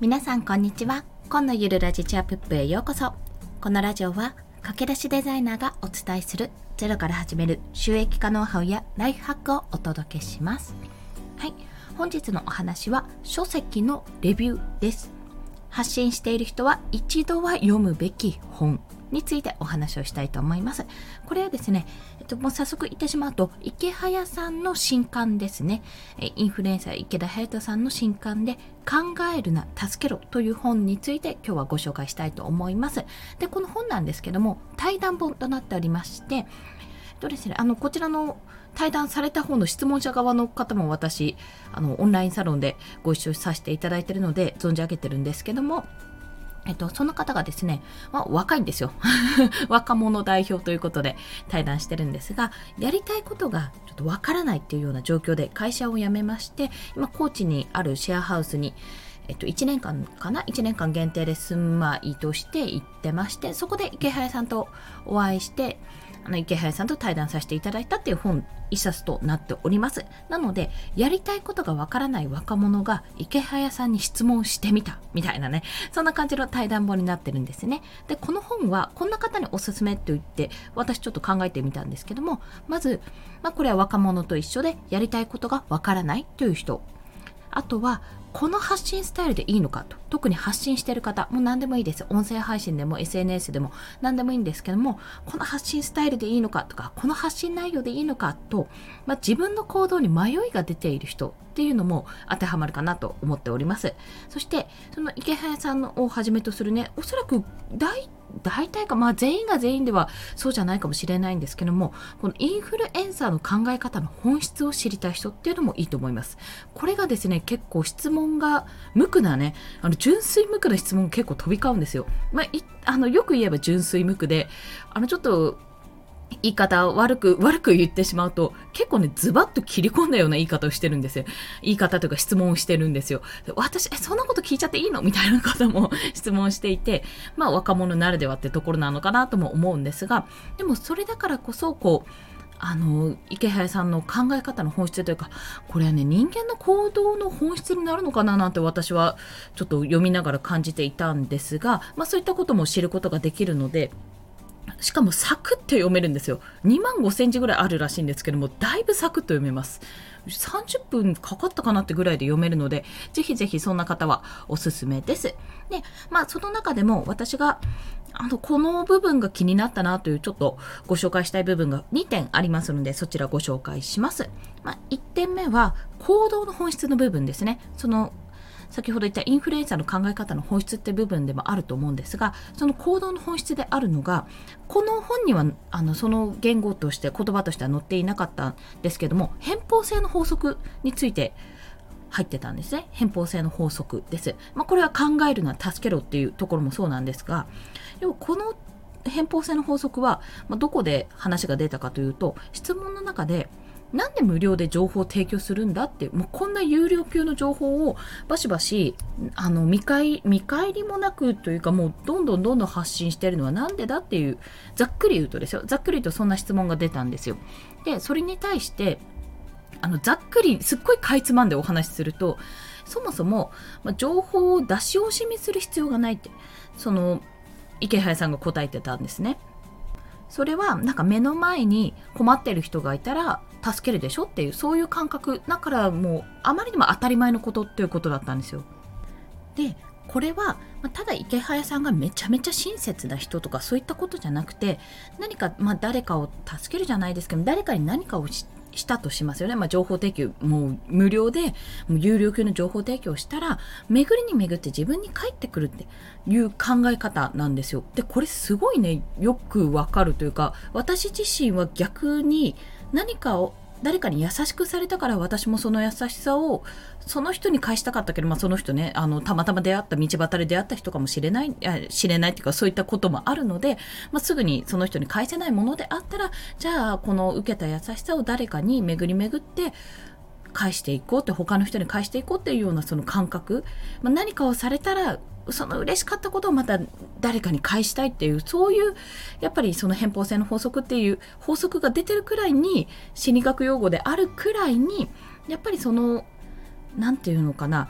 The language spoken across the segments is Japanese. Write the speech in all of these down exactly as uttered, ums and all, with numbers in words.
皆さんこんにちは。今のゆるラジチアプップへようこそ。このラジオは駆け出しデザイナーがお伝えするゼロから始める収益化ノウハウやライフハックをお届けします。はい、本日のお話は書籍のレビューです。発信している人は一度は読むべき本についてお話をしたいと思います。これはですね、えっと、もう早速言ってしまうと、池早さんの新刊ですね。インフルエンサー池田隼人さんの新刊で、考えるな、助けろという本について今日はご紹介したいと思います。で、この本なんですけども、対談本となっておりまして、えっとですね、あの、こちらの対談された方の質問者側の方も私、あの、オンラインサロンでご一緒させていただいているので、存じ上げてるんですけども、えっと、その方がですね、まあ、若いんですよ。若者代表ということで対談してるんですが、やりたいことがちょっとわからないっていうような状況で会社を辞めまして、今、高知にあるシェアハウスに、えっと、いちねんかんかないちねんかん限定で住まいとして行ってまして、そこで池早さんとお会いして、あの池早さんと対談させていただいたっていう本一冊となっております。なので、やりたいことがわからない若者が池早さんに質問してみたみたいなね、そんな感じの対談本になってるんですね。で、この本はこんな方におすすめと言って私ちょっと考えてみたんですけども、まず、まあ、これは若者と一緒でやりたいことがわからないという人、あとはこの発信スタイルでいいのかと、特に発信している方、もう何でもいいです。音声配信でも エスエヌエス でも何でもいいんですけども、この発信スタイルでいいのかとか、この発信内容でいいのかと、まあ、自分の行動に迷いが出ている人っていうのも当てはまるかなと思っております。そしてその池早さんをはじめとするね、おそらく大大体か、まあ全員が全員ではそうじゃないかもしれないんですけども、このインフルエンサーの考え方の本質を知りたい人っていうのもいいと思います。これがですね、結構質問が無垢なね、あの純粋無垢な質問が結構飛び交うんですよ。まあ、いあのよく言えば純粋無垢で、あのちょっと言い方を悪く、悪く言ってしまうと、結構ね、ズバッと切り込んだような言い方をしてるんですよ。言い方というか質問をしてるんですよ。で、私、え、そんなこと聞いちゃっていいのみたいな方も質問していて、まあ若者ならではってところなのかなとも思うんですが、でもそれだからこそ、こう、あの、池早さんの考え方の本質というか、これはね、人間の行動の本質になるのかななんて私はちょっと読みながら感じていたんですが、まあそういったことも知ることができるので、しかもサクッと読めるんですよ。にまんごせんじぐらいあるらしいんですけども、だいぶサクッと読めます。さんじゅっぷんかかったかなってぐらいで読めるので、ぜひぜひそんな方はおすすめです。で、まあその中でも私があのこの部分が気になったなというちょっとご紹介したい部分がにてんありますので、そちらご紹介します。まあ、いってんめは行動の本質の部分ですね。その先ほど言ったインフルエンサーの考え方の本質って部分でもあると思うんですが、その行動の本質であるのが、この本にはあのその言語として言葉としては載っていなかったんですけども、偏方性の法則について入ってたんですね。偏方性の法則です。まあ、これは考えるな、助けろっていうところもそうなんですが、要はこの偏方性の法則は、まあ、どこで話が出たかというと、質問の中でなんで無料で情報を提供するんだって、もうこんな有料級の情報をバシバシあの見返見返りもなくというか、もうどんどんどんどん発信しているのはなんでだっていう、ざっくり言うとですよ、ざっくり言うとそんな質問が出たんですよ。で、それに対してあのざっくりすっごいかいつまんでお話しすると、そもそも、まあ、情報を出し惜しみする必要がないって、その池早さんが答えてたんですね。それはなんか目の前に困ってる人がいたら助けるでしょっていう、そういう感覚だから、もうあまりにも当たり前のことっていうことだったんですよ。で、これはただ池早さんがめちゃめちゃ親切な人とかそういったことじゃなくて、何かまあ誰かを助けるじゃないですけど、誰かに何かをししたとしますよね。まあ、情報提供もう無料でもう有料級の情報提供をしたら、巡りに巡って自分に返ってくるっていう考え方なんですよ。で、これすごいね、よくわかるというか、私自身は逆に何かを誰かに優しくされたから、私もその優しさをその人に返したかったけど、まあ、その人ね、あのたまたま出会った道端で出会った人かもしれない知れないっていうか、そういったこともあるので、まあ、すぐにその人に返せないものであったら、じゃあこの受けた優しさを誰かに巡り巡って返していこうって、他の人に返していこうっていうようなその感覚、まあ、何かをされたらその嬉しかったことをまた誰かに返したいっていう、そういうやっぱりその偏方性の法則っていう法則が出てるくらいに、心理学用語であるくらいに、やっぱりそのなんていうのかな、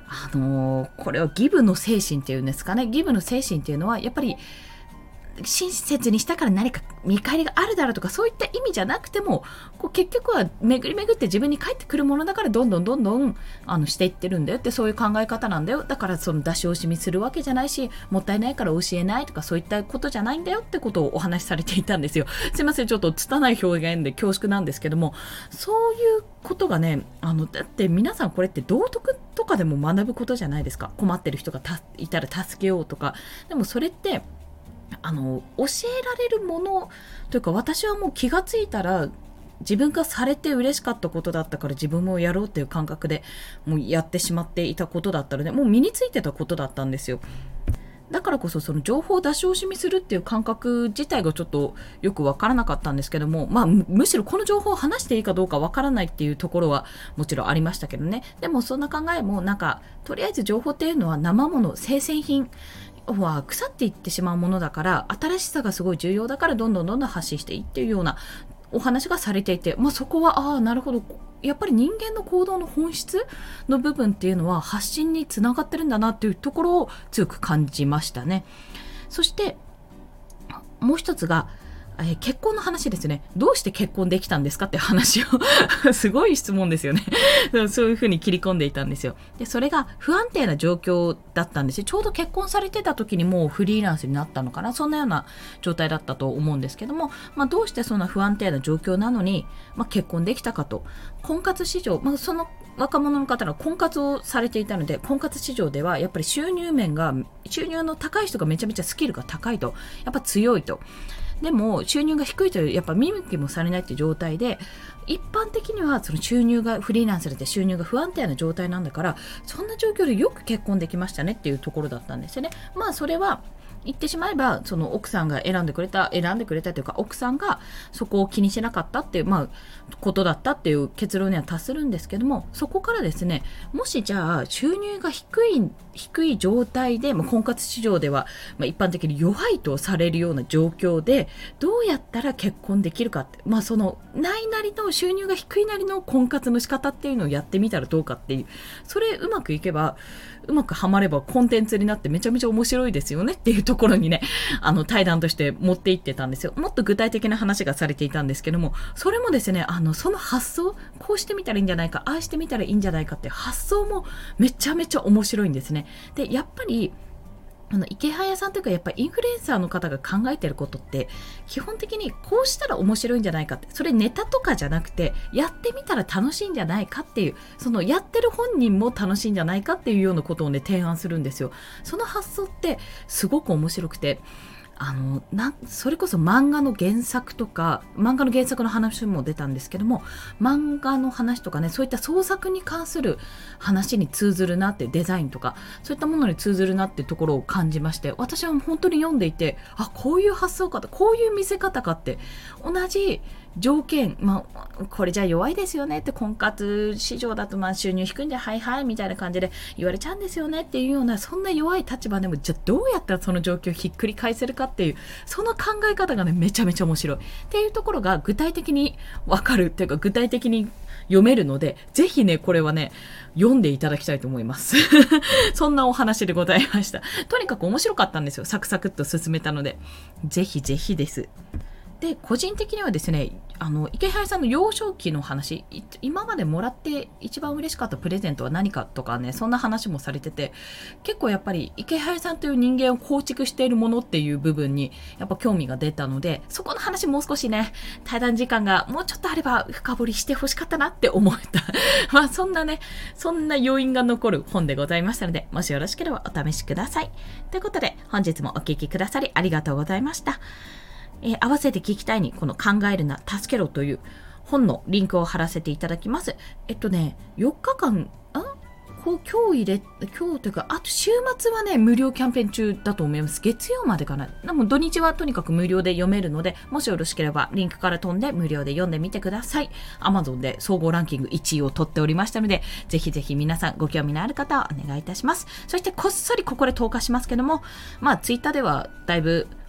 あのー、これはギブの精神っていうんですかね。ギブの精神っていうのはやっぱり親切にしたから何か見返りがあるだろうとか、そういった意味じゃなくても、こう結局は巡り巡って自分に返ってくるものだから、どんどんどんどんあのしていってるんだよって、そういう考え方なんだよ。だからその出し惜しみするわけじゃないし、もったいないから教えないとか、そういったことじゃないんだよってことをお話しされていたんですよ。すいません、ちょっと拙い表現で恐縮なんですけども、そういうことがね、あのだって皆さんこれって道徳とかでも学ぶことじゃないですか。困ってる人がたいたら助けようとか。でもそれってあの教えられるものというか、私はもう気がついたら自分がされて嬉しかったことだったから自分もやろうっていう感覚でもうやってしまっていたことだったので、もう身についてたことだったんですよ。だからこそその情報を出し惜しみするっていう感覚自体がちょっとよくわからなかったんですけども、まあむ、むしろこの情報を話していいかどうかわからないっていうところはもちろんありましたけどね。でもそんな考えもなんか、とりあえず情報っていうのは生もの、生鮮品は腐っていってしまうものだから、新しさがすごい重要だからどんどんどんどん発信していいっていうようなお話がされていて、まあ、そこはああなるほど、やっぱり人間の行動の本質の部分っていうのは発信につながってるんだなっていうところを強く感じましたね。そしてもう一つが、えー、結婚の話ですね。どうして結婚できたんですかって話をすごい質問ですよねそういうふうに切り込んでいたんですよ。で、それが不安定な状況だったんですよ。ちょうど結婚されてた時にもうフリーランスになったのかな、そんなような状態だったと思うんですけども、まあ、どうしてそんな不安定な状況なのに、まあ、結婚できたかと。婚活市場、まあ、その若者の方が婚活をされていたので、婚活市場ではやっぱり収入面が、収入の高い人がめちゃめちゃスキルが高いと、やっぱ強いと。でも収入が低いというやっぱ見向きもされないという状態で、一般的にはその収入がフリーランスで収入が不安定な状態なんだから、そんな状況でよく結婚できましたねっていうところだったんですよね。まあそれは言ってしまえば、その奥さんが選んでくれた選んでくれたというか、奥さんがそこを気にしなかったっていう、まあ、ことだったっていう結論には達するんですけども、そこからですね、もしじゃあ収入が低い低い状態で、まあ、婚活市場では、まあ、一般的に弱いとされるような状況でどうやったら結婚できるかって、まあそのないなりの収入が低いなりの婚活の仕方っていうのをやってみたらどうかっていう、それうまくいけば、うまくはまればコンテンツになってめちゃめちゃ面白いですよねっていうところにね、あの対談として持っていってたんですよ。もっと具体的な話がされていたんですけども、それもですね、あのその発想、こうしてみたらいいんじゃないか、ああしてみたらいいんじゃないかっていう発想もめちゃめちゃ面白いんですね。で、やっぱりあの池早さんというか、やっぱりインフルエンサーの方が考えてることって基本的にこうしたら面白いんじゃないかって、それネタとかじゃなくてやってみたら楽しいんじゃないかっていう、そのやってる本人も楽しいんじゃないかっていうようなことをね提案するんですよ。その発想ってすごく面白くて、あのなそれこそ漫画の原作とか、漫画の原作の話も出たんですけども、漫画の話とかね、そういった創作に関する話に通ずるなって、デザインとかそういったものに通ずるなっていうところを感じまして、私は本当に読んでいて、あ、こういう発想かと、こういう見せ方かって、同じ条件、まあ、これじゃ弱いですよねって、婚活市場だとまあ収入低いんではいはいみたいな感じで言われちゃうんですよねっていうような、そんな弱い立場でもじゃあどうやったらその状況をひっくり返せるかっていう、その考え方がねめちゃめちゃ面白いっていうところが具体的にわかるっていうか、具体的に読めるので、ぜひねこれはね読んでいただきたいと思いますそんなお話でございました。とにかく面白かったんですよ。サクサクっと進めたので、ぜひぜひです。で、個人的にはですね、あの池原さんの幼少期の話、今までもらって一番嬉しかったプレゼントは何かとかね、そんな話もされてて、結構やっぱり池原さんという人間を構築しているものっていう部分にやっぱ興味が出たので、そこの話もう少しね、対談時間がもうちょっとあれば深掘りしてほしかったなって思ったまあそんなね、そんな要因が残る本でございましたので、もしよろしければお試しください。ということで、本日もお聞きくださりありがとうございました。えー、合わせて聞きたいに、この考えるな、助けろという本のリンクを貼らせていただきます。えっとね、よっかかん、あこう今日入れ、今日というか、あと週末はね、無料キャンペーン中だと思います。月曜までかな。でも土日はとにかく無料で読めるので、もしよろしければリンクから飛んで無料で読んでみてください。Amazon で総合ランキングいちいを取っておりましたので、ぜひぜひ皆さんご興味のある方はお願いいたします。そしてこっそりここで投下しますけども、まあ Twitter ではだいぶ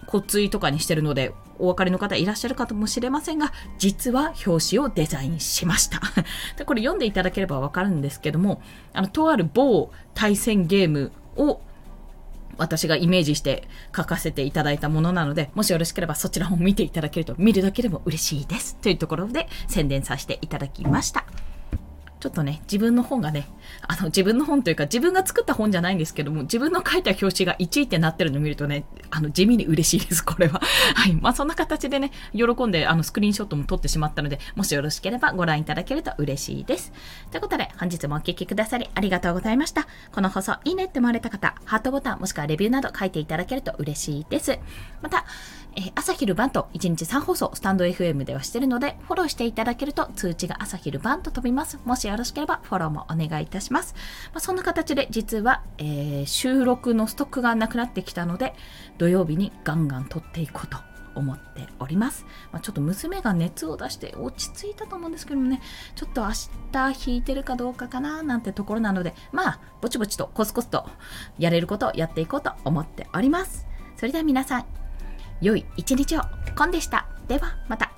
骨髄とかにしてるのでお分かりの方いらっしゃるかもしれませんが、実は表紙をデザインしましたでこれ読んでいただければ分かるんですけども、あのとある某対戦ゲームを私がイメージして書かせていただいたものなので、もしよろしければそちらを見ていただけると、見るだけでも嬉しいですというところで宣伝させていただきました。ちょっとね、自分の本がね、あの自分の本というか自分が作った本じゃないんですけども、自分の書いた表紙がいちいってなってるのを見るとね、あの地味に嬉しいです、これは。はい。まあそんな形でね、喜んであのスクリーンショットも撮ってしまったので、もしよろしければご覧いただけると嬉しいです。ということで、本日もお聞きくださりありがとうございました。この放送いいねって思われた方、ハートボタンもしくはレビューなど書いていただけると嬉しいです。また、えー、朝昼晩といちにちさん放送スタンド エフエム ではしてるので、フォローしていただけると通知が朝昼晩と飛びます。もしよろしければフォローもお願いいたします。まあ、そんな形で実は、えー、収録のストックがなくなってきたので、土曜日にガンガン撮っていこうと思っております。まあ、ちょっと娘が熱を出して落ち着いたと思うんですけどもね、ちょっと明日引いてるかどうかかななんてところなので、まあぼちぼちとコツコツとやれることをやっていこうと思っております。それでは皆さん、良い一日を。コンでした。ではまた。